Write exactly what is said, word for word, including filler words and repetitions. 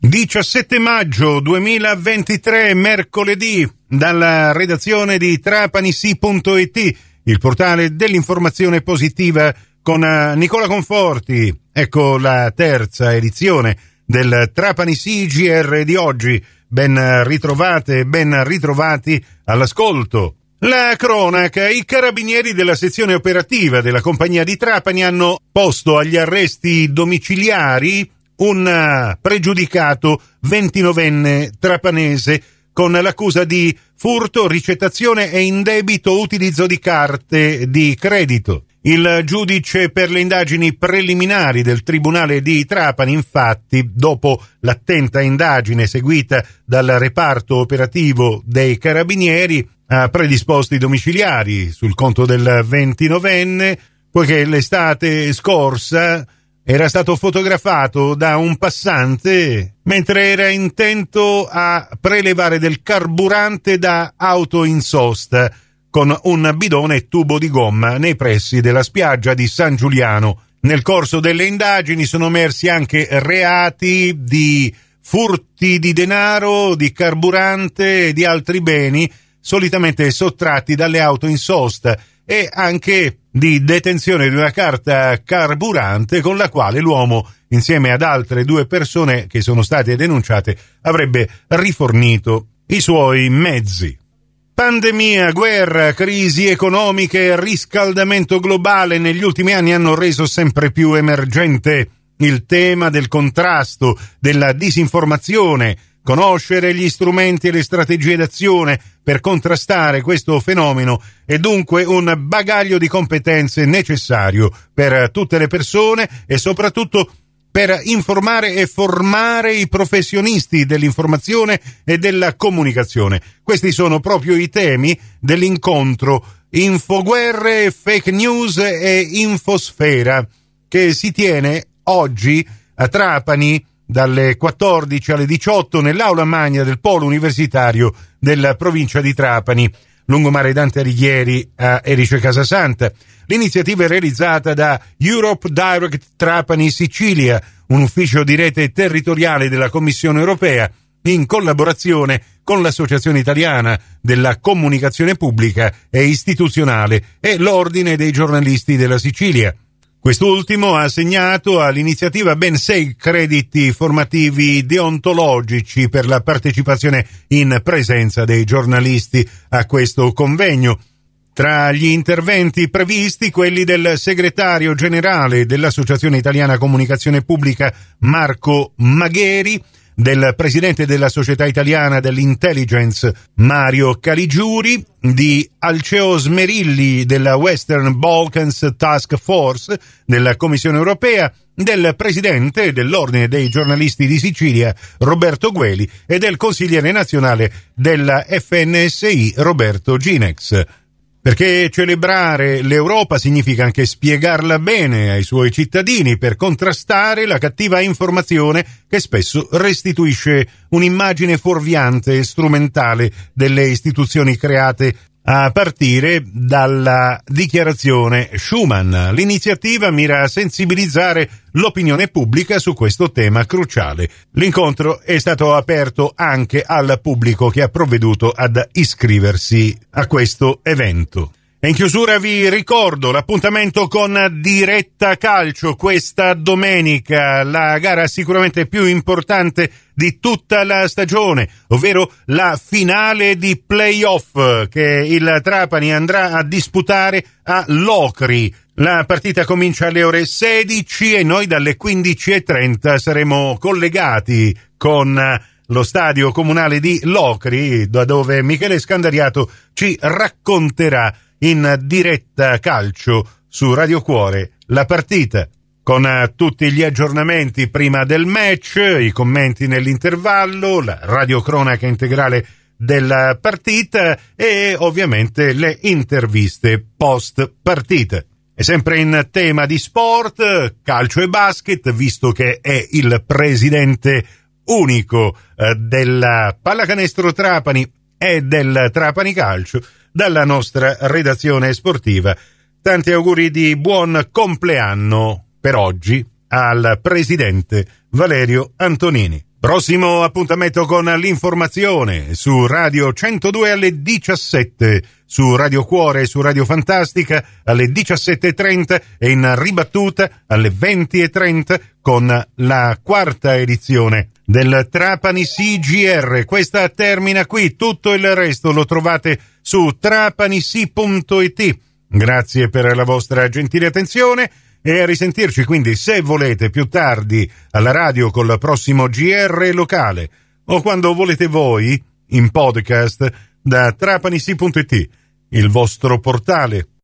diciassette maggio duemilaventitré, mercoledì, dalla redazione di trapanisi punto it, il portale dell'informazione positiva con Nicola Conforti. Ecco la terza edizione del Trapanisi G R di oggi. Ben ritrovate e ben ritrovati all'ascolto. La cronaca: i carabinieri della sezione operativa della compagnia di Trapani hanno posto agli arresti domiciliari un pregiudicato ventinovenne trapanese con l'accusa di furto, ricettazione e indebito utilizzo di carte di credito. Il giudice per le indagini preliminari del Tribunale di Trapani, infatti, dopo l'attenta indagine seguita dal reparto operativo dei carabinieri, ha predisposto i domiciliari sul conto del ventinovenne, poiché l'estate scorsa era stato fotografato da un passante mentre era intento a prelevare del carburante da auto in sosta con un bidone e tubo di gomma nei pressi della spiaggia di San Giuliano. Nel corso delle indagini sono emersi anche reati di furti di denaro, di carburante e di altri beni solitamente sottratti dalle auto in sosta, e anche di detenzione di una carta carburante con la quale l'uomo, insieme ad altre due persone che sono state denunciate, avrebbe rifornito i suoi mezzi. Pandemia, guerra, crisi economiche e riscaldamento globale negli ultimi anni hanno reso sempre più emergente il tema del contrasto, della disinformazione. Conoscere gli strumenti e le strategie d'azione per contrastare questo fenomeno è dunque un bagaglio di competenze necessario per tutte le persone e soprattutto per informare e formare i professionisti dell'informazione e della comunicazione. Questi sono proprio i temi dell'incontro Infoguerre, Fake News e Infosfera, che si tiene oggi a Trapani dalle quattordici alle diciotto nell'aula magna del polo universitario della provincia di Trapani, lungomare Dante Alighieri a Erice Casasanta. L'iniziativa è realizzata da Europe Direct Trapani Sicilia, un ufficio di rete territoriale della Commissione europea, in collaborazione con l'Associazione Italiana della Comunicazione Pubblica e Istituzionale e l'Ordine dei Giornalisti della Sicilia. Quest'ultimo ha assegnato all'iniziativa ben sei crediti formativi deontologici per la partecipazione in presenza dei giornalisti a questo convegno. Tra gli interventi previsti, quelli del segretario generale dell'Associazione Italiana Comunicazione Pubblica Marco Magheri, del presidente della Società Italiana dell'Intelligence Mario Caligiuri, di Alceo Smerilli della Western Balkans Task Force della Commissione Europea, del presidente dell'Ordine dei Giornalisti di Sicilia Roberto Gueli e del consigliere nazionale della F N S I Roberto Ginex. Perché celebrare l'Europa significa anche spiegarla bene ai suoi cittadini per contrastare la cattiva informazione che spesso restituisce un'immagine fuorviante e strumentale delle istituzioni create a partire dalla dichiarazione Schuman. L'iniziativa mira a sensibilizzare l'opinione pubblica su questo tema cruciale. L'incontro è stato aperto anche al pubblico che ha provveduto ad iscriversi a questo evento. E in chiusura vi ricordo l'appuntamento con Diretta Calcio questa domenica, la gara sicuramente più importante di tutta la stagione, ovvero la finale di play-off che il Trapani andrà a disputare a Locri. La partita comincia alle ore sedici e noi dalle quindici e trenta saremo collegati con lo stadio comunale di Locri, da dove Michele Scandariato ci racconterà in diretta calcio su Radio Cuore la partita, con tutti gli aggiornamenti prima del match, i commenti nell'intervallo, la radiocronaca integrale della partita e ovviamente le interviste post partita. E sempre in tema di sport, calcio e basket, visto che è il presidente unico eh, della Pallacanestro Trapani e del Trapani Calcio, dalla nostra redazione sportiva. Tanti auguri di buon compleanno per oggi al presidente Valerio Antonini. Prossimo appuntamento con l'informazione su Radio centodue alle diciassette, su Radio Cuore e su Radio Fantastica alle diciassette e trenta e in ribattuta alle venti e trenta con la quarta edizione del Trapani C G R. Questa termina qui, tutto il resto lo trovate su trapanisi punto it. Grazie per la vostra gentile attenzione e a risentirci quindi, se volete, più tardi alla radio col prossimo G R locale o quando volete voi in podcast da trapanisi punto it, il vostro portale